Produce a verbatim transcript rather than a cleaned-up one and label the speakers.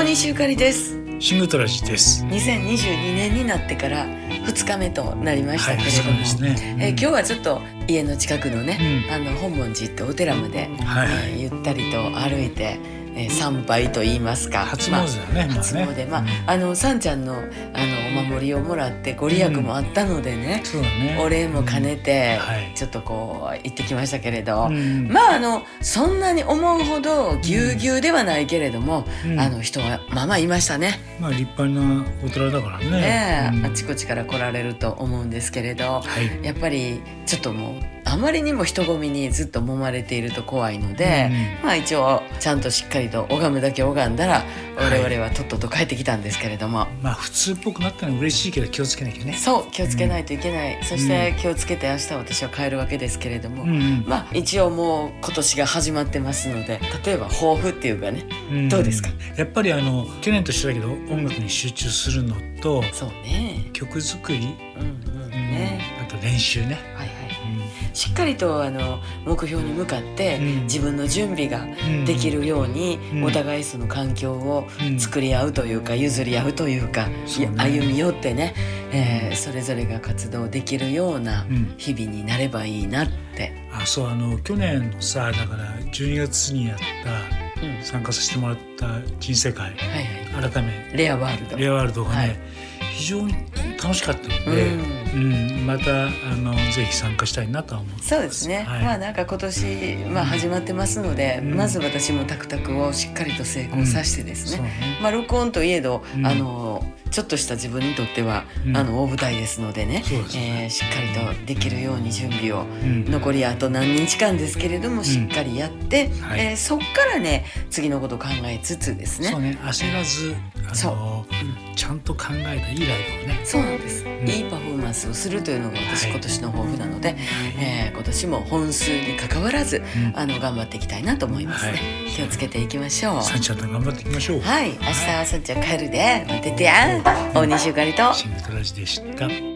Speaker 1: 大西ゆかりです。
Speaker 2: シングトラジです。
Speaker 1: にせんにじゅうにねんになってからふつかめとなりましたけれども、
Speaker 2: はい、そうですね。うん、
Speaker 1: えー、今日はちょっと家の近くのね、
Speaker 2: うん、
Speaker 1: あの本門寺ってお寺まで、
Speaker 2: はいはい、
Speaker 1: えー、ゆったりと歩いて、えー、参拝と言いますか、
Speaker 2: 初詣だね、
Speaker 1: まあ、初詣、まあ、
Speaker 2: うん、
Speaker 1: あのさんちゃんの、あのお守りをもらってご利益もあったのでね、
Speaker 2: うん、そうだね、
Speaker 1: お礼も兼ねて、
Speaker 2: うん、はい、
Speaker 1: ちょっとこう行ってきましたけれど、
Speaker 2: うん、
Speaker 1: まああのそんなに思うほどぎゅうぎゅうではないけれども、
Speaker 2: うん、
Speaker 1: あの人はまあまあいましたね。
Speaker 2: まあ立派なお寺だからね、
Speaker 1: ねえ、
Speaker 2: うん、
Speaker 1: あちこちから来られると思うんですけれど、
Speaker 2: はい、
Speaker 1: やっぱりちょっともうあまりにも人混みにずっと揉まれていると怖いので、うん、まあ一応ちゃんとしっかりと拝むだけ拝んだら我々はとっとと帰ってきたんですけれども、はい、
Speaker 2: まあ普通っぽくなったのは嬉しいけど気をつけなきゃね。
Speaker 1: そう気をつけないといけない、うん、そして気をつけて明日私は帰るわけですけれども、
Speaker 2: うん、
Speaker 1: まあ一応もう今年が始まってますので、例えば抱負っていうかね、うん、どうですか？
Speaker 2: やっぱりあの去年と一緒だけど音楽に集中するのと、
Speaker 1: そうね、
Speaker 2: 曲作り、
Speaker 1: うんうんね、
Speaker 2: あと練習ね、
Speaker 1: はいはい、しっかりとあの目標に向かって自分の準備ができるように、うん、お互いその環境を作り合うというか、譲り合うというか、うん、歩み寄ってね、えー、それぞれが活動できるような日々になればいいなって、
Speaker 2: うん、あそうあの去年のさだからじゅうにがつにやった、うん、参加させてもらった人生会、はいはい、改め
Speaker 1: レアワールド
Speaker 2: レアワールドがね、はい、非常に楽しかったので、うんうん、またあのぜひ参加したいなとは思ってます。
Speaker 1: そうですね、はい、まあなんか今年、まあ、始まってますので、うん、まず私もタクタクをしっかりと成功させてですね、うんね、まあ、録音といえど、うん、あのちょっとした自分にとっては、うん、あの大舞台ですのでね、えー、しっかりとできるように準備を、うん、残りあと何日間ですけれどもしっかりやって、うん、はい、えー、そっからね次のことを考えつつですね、
Speaker 2: そうね、焦らずあの、うん、ちゃんと考えたいいライブをね、
Speaker 1: そうなんです、うん、いいパフォーマンスをするというのが私、はい、今年の抱負なので、はい、えー、今年も本数に関わらず、うん、あの頑張っていきたいなと思いますね、はい、気をつけていきましょう。
Speaker 2: さんちゃんと頑張っていきましょう。
Speaker 1: はい、明日はさんちゃん帰るで待っててや、大西ゆかりと
Speaker 2: シングトラジでした。